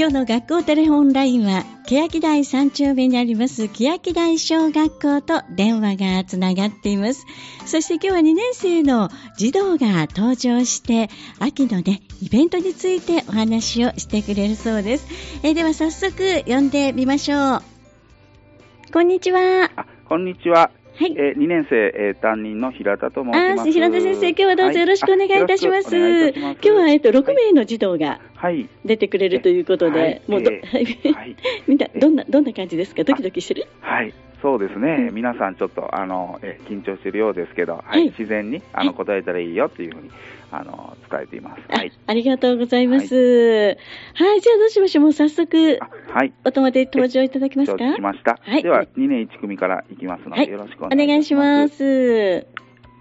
今日の学校テレフォンラインは欅台3丁目にあります欅台小学校と電話がつながっています。そして今日は2年生の児童が登場して秋のねイベントについてお話をしてくれるそうです。では早速呼んでみましょう。こんにちは。 こんにちは。 はい。 2年生、担任の平田と申します。 平田先生、今日はどうぞよろしくお願いいたします。今日は6名の児童が出てくれるということで、もうみんなどんな感じですか？ドキドキしてる？ はい。そうですね、皆さんちょっと緊張しているようですけど、自然に答えたらいいよというふうに伝えています。 ありがとうございます。はい、じゃあどうしましょう。もう早速お友達登場いただけますか？ しました。では2年1組からいきますので、よろしくお願いします。 お願いします。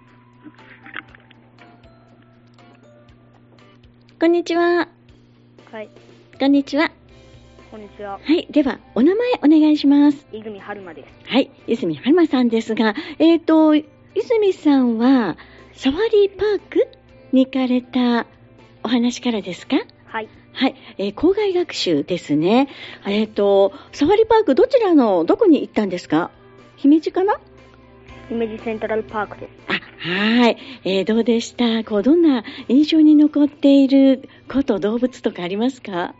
こんにちは。 はい。 こんにちは。 こんにちは。 はい。では、お名前お願いします。 泉春馬です。 はい。泉春馬さんですが、泉さんは、サファリパークに行かれたお話からですか？ はい。 はい。校外学習ですね。サファリパークどこに行ったんですか？姫路かな？ 姫路セントラルパークです。 はい。どうでした？どんな印象に残っている動物とかありますか？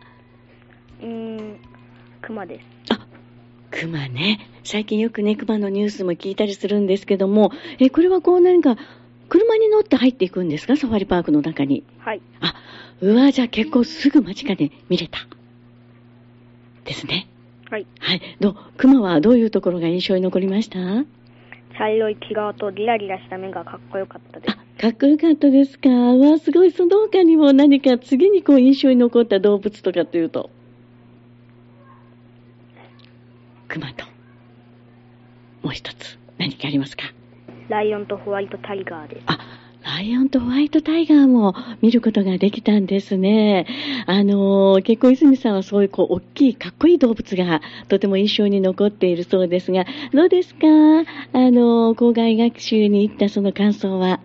熊です。 熊ね。最近よくね、熊のニュースも聞いたりするんですけども、これは何か車に乗って入っていくんですか？サファリパークの中に。 はい。 じゃあ結構すぐ間近で見れた。ですね。 はい。 はい。熊はどういうところが印象に残りました？ 茶色い毛皮とリラリラした目がかっこよかったです。 かっこよかったですか？すごい。その他にも何か次に印象に残った動物とかというと？熊ともう一つ何かありますか？ ライオンとホワイトタイガーです。 ライオンとホワイトタイガーも見ることができたんですね。結構泉さんはそういう大きいかっこいい動物がとても印象に残っているそうですが、どうですか？校外学習に行ったその感想は？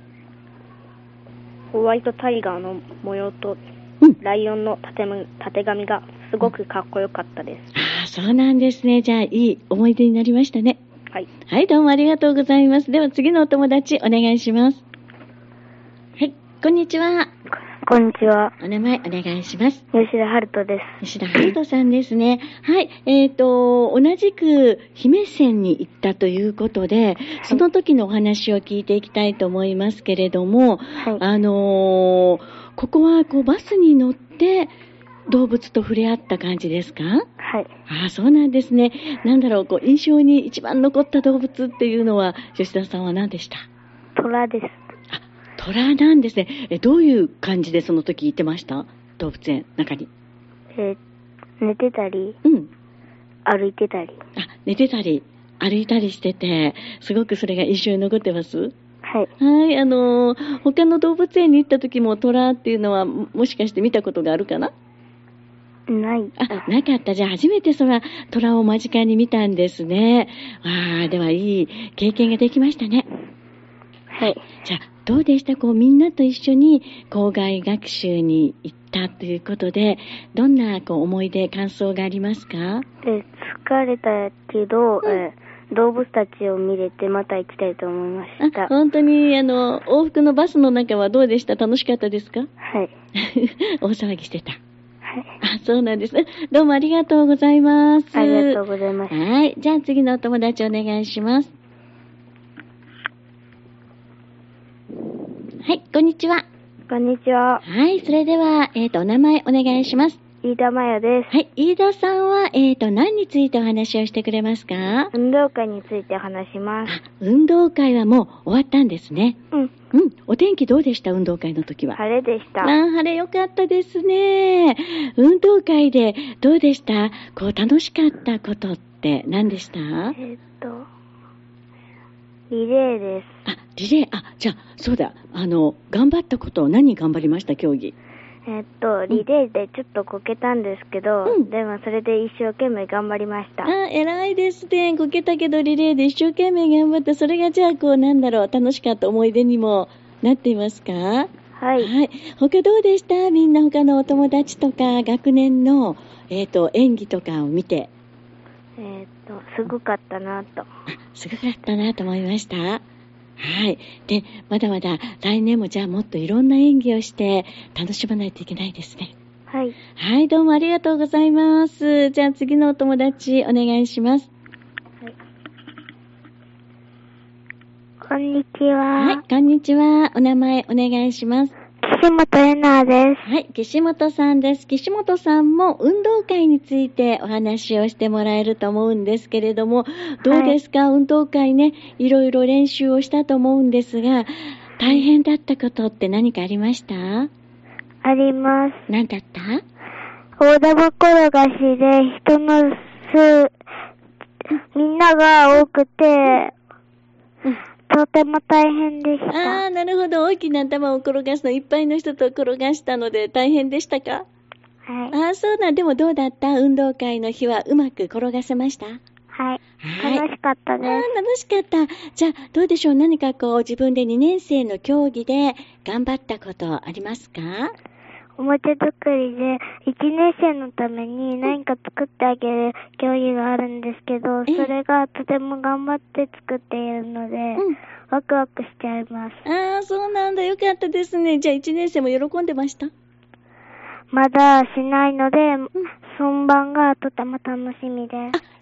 ホワイトタイガーの模様とライオンのたてがみがすごくかっこよかったです。 そうなんですね。じゃあいい思い出になりましたね。 はい。 はい、どうもありがとうございます。では次のお友達お願いします。はい、こんにちは。 こんにちは。 お名前お願いします。 吉田春人です。 吉田春人さんですね。はい、同じく姫線に行ったということで、その時のお話を聞いていきたいと思いますけれども、ここはバスに乗って動物と触れ合った感じですか？ はい。 そうなんですね。印象に一番残った動物っていうのは、吉田さんは何でした？ 虎です。 虎なんですね。どういう感じでその時行ってました？動物園中に。 寝てたり、歩いてたり。 寝てたり、歩いたりしてて、すごくそれが印象に残ってます？ はい。 はい、他の動物園に行った時も虎っていうのはもしかして見たことがあるかな？ ない。 なかった。じゃあ初めて虎を間近に見たんですね。ではいい経験ができましたね。 はい。 じゃあどうでした？みんなと一緒に校外学習に行ったということで、どんな思い出、感想がありますか？ 疲れたけど、動物たちを見れてまた行きたいと思いました。 本当に往復のバスの中はどうでした？楽しかったですか？ はい。 大騒ぎしてた。はい。そうなんです。どうもありがとうございます。 ありがとうございます。 はい。じゃあ次のお友達お願いします。はい、こんにちは。 こんにちは。 はい、それでは、お名前お願いします。 飯田真也です。 はい、飯田さんは、何についてお話をしてくれますか？ 運動会について話します。 運動会はもう終わったんですね。お天気どうでした？運動会の時は。 晴れでした。 晴れよかったですね。運動会でどうでした？楽しかったことって何でした？ リレーです。 リレー。じゃあ、そうだ。頑張ったこと、何頑張りました？競技。 リレーでちょっとこけたんですけど、でもそれで一生懸命頑張りました。 偉いですね。こけたけどリレーで一生懸命頑張った。それがじゃあ楽しかった思い出にもなっていますか？ はい。 はい。他どうでした？みんな他のお友達とか学年の、演技とかを見て。 すごかったなと。 すごかったなと思いました。はい。で、まだまだ来年もじゃあもっといろんな演技をして楽しまないといけないですね。 はい。 はい、どうもありがとうございます。じゃあ次のお友達お願いします。 はい。こんにちは。 はい、こんにちは。お名前お願いします。 岸本玲奈です。 はい、岸本さんです。岸本さんも運動会についてお話をしてもらえると思うんですけれども、どうですか？はい、運動会ね、いろいろ練習をしたと思うんですが、大変だったことって何かありました？ あります。 何だった？ 大玉転がしで人のみんなが多くて、とても大変でした。 なるほど。大きな玉を転がすの、いっぱいの人と転がしたので大変でしたか？ はい。 そうなん。でもどうだった？運動会の日はうまく転がせました？ はい。楽しかったです。 楽しかった。じゃあ、どうでしょう？何か自分で2年生の競技で頑張ったことありますか？ おもちゃ作りで1年生のために何か作ってあげる競技があるんですけど、それがとても頑張って作っているので、ワクワクしちゃいます。 そうなんだ。よかったですね。じゃあ1年生も喜んでました？ まだしないので、本番がとても楽しみです。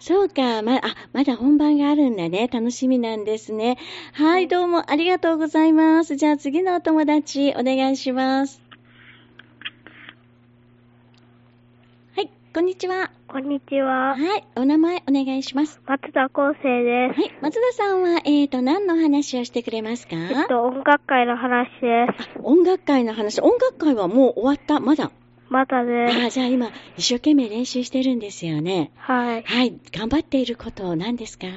そうか。まだ本番があるんだね。楽しみなんですね。はい、どうもありがとうございます。じゃあ次のお友達お願いします。はい、こんにちは。 こんにちは。 はい、お名前お願いします。 松田康生です。 はい、松田さんは、何の話をしてくれますか？ 音楽会の話です。 音楽会の話。音楽会はもう終わった？まだです。じゃあ今、一生懸命練習してるんですよね。 はい。 はい、頑張っていること何ですか？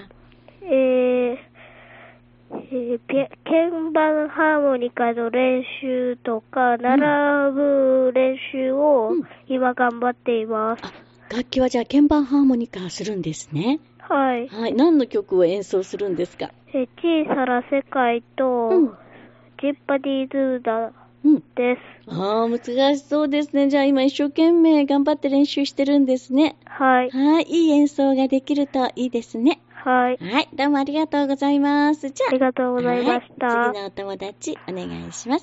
鍵盤ハーモニカの練習とか、並ぶ練習を今頑張っています。 楽器はじゃあ鍵盤ハーモニカするんですね。 はい。 はい、何の曲を演奏するんですか？ 小さな世界と、ジッパディドゥーダです。 難しそうですね。じゃあ今一生懸命頑張って練習してるんですね。 はい。 はい、いい演奏ができるといいですね。 はい。 はい、どうもありがとうございます。じゃあ、 ありがとうございました。 次のお友達お願いします。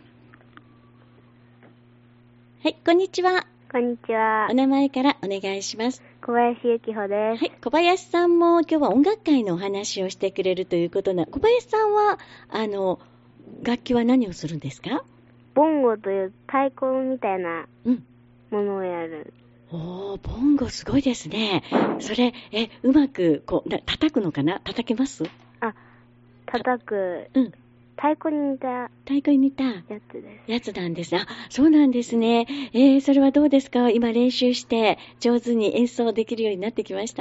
はい、こんにちは。 こんにちは。 お名前からお願いします。 小林幸穂です。 はい、小林さんも今日は音楽会のお話をしてくれるということな。小林さんは楽器は何をするんですか？ ボンゴという太鼓みたいなものをやる。 ボンゴすごいですね。それ、うまく叩くのかな？叩けます？ 叩く。太鼓に似たやつです。 やつなんです。そうなんですね。それはどうですか？今練習して上手に演奏できるようになってきました？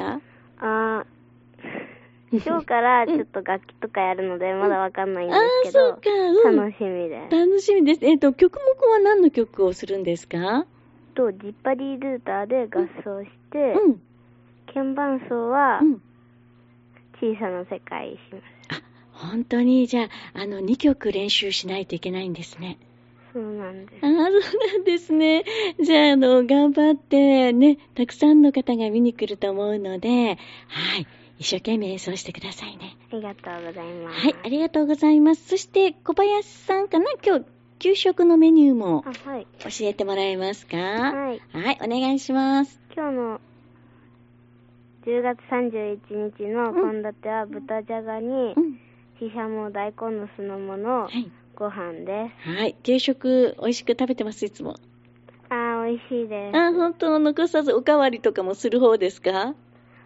今日からちょっと楽器とかやるのでまだわかんないんですけど、楽しみです。 楽しみです。曲目は何の曲をするんですか？ ジッパディルーターで合奏して、鍵盤奏は小さな世界します。 本当に、じゃあ、2曲練習しないといけないんですね。 そうなんです。 そうなんですね。じゃあ、頑張ってね、たくさんの方が見に来ると思うので、はい、一生懸命演奏してくださいね。 ありがとうございます。 はい、ありがとうございます。そして、小林さんかな？今日、給食のメニューも教えてもらえますか？はい、お願いします。 今日の10月31日の献立は豚じゃがに、ししゃも、大根の酢の物、ご飯です。 はい。給食、美味しく食べてます、いつも。 美味しいです。 本当、残さずおかわりとかもする方ですか？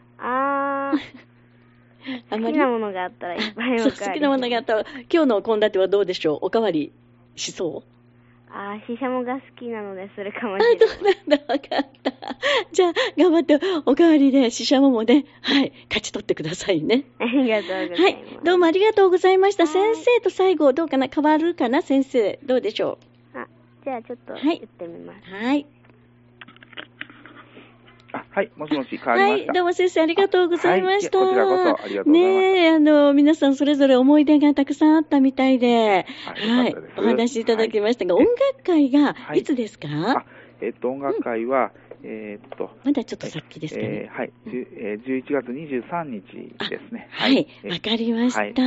好きなものがあったらいっぱいおかわり。 好きなものがあったら、今日の献立はどうでしょう？おかわりしそう？ ししゃもが好きなので、それかもしれない。 そうなんだ、わかった。じゃあ、頑張って、おかわりで、ししゃももね、はい、勝ち取ってくださいね。 ありがとうございます。 はい、どうもありがとうございました。先生と最後、どうかな？変わるかな？先生、どうでしょう？ じゃあ、ちょっと言ってみます。 はい。 はい、もしもし、変わりました。 はい、どうも先生ありがとうございました。 こちらこそありがとうございます。 ねえ、皆さんそれぞれ思い出がたくさんあったみたいで、はい、お話しいただきましたが、音楽会がいつですか？ 音楽会は、 まだちょっと先ですかね。 はい、11月23日ですね。 はい、わかりました。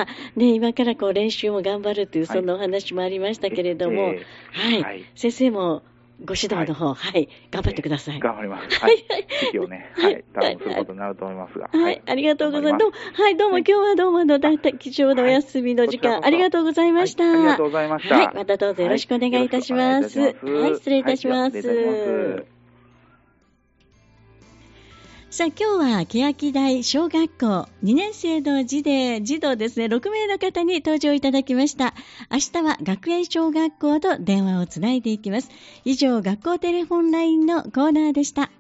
ね、今から練習も頑張るという、そんなお話もありましたけれども、はい、先生も、ご指導の方、はい、頑張ってください。 頑張ります。はい。指揮をね、はい、頼むすることになると思いますが。 はい、ありがとうございます。はい、どうも今日はどうも貴重なお休みの時間、ありがとうございました。 ありがとうございました。 はい、またどうぞよろしくお願いいたします。はい、失礼いたします。さあ今日は欅台小学校2年生の児童ですね、6名の方に登場いただきました。明日は学園小学校と電話をつないでいきます。以上、学校テレフォンラインのコーナーでした。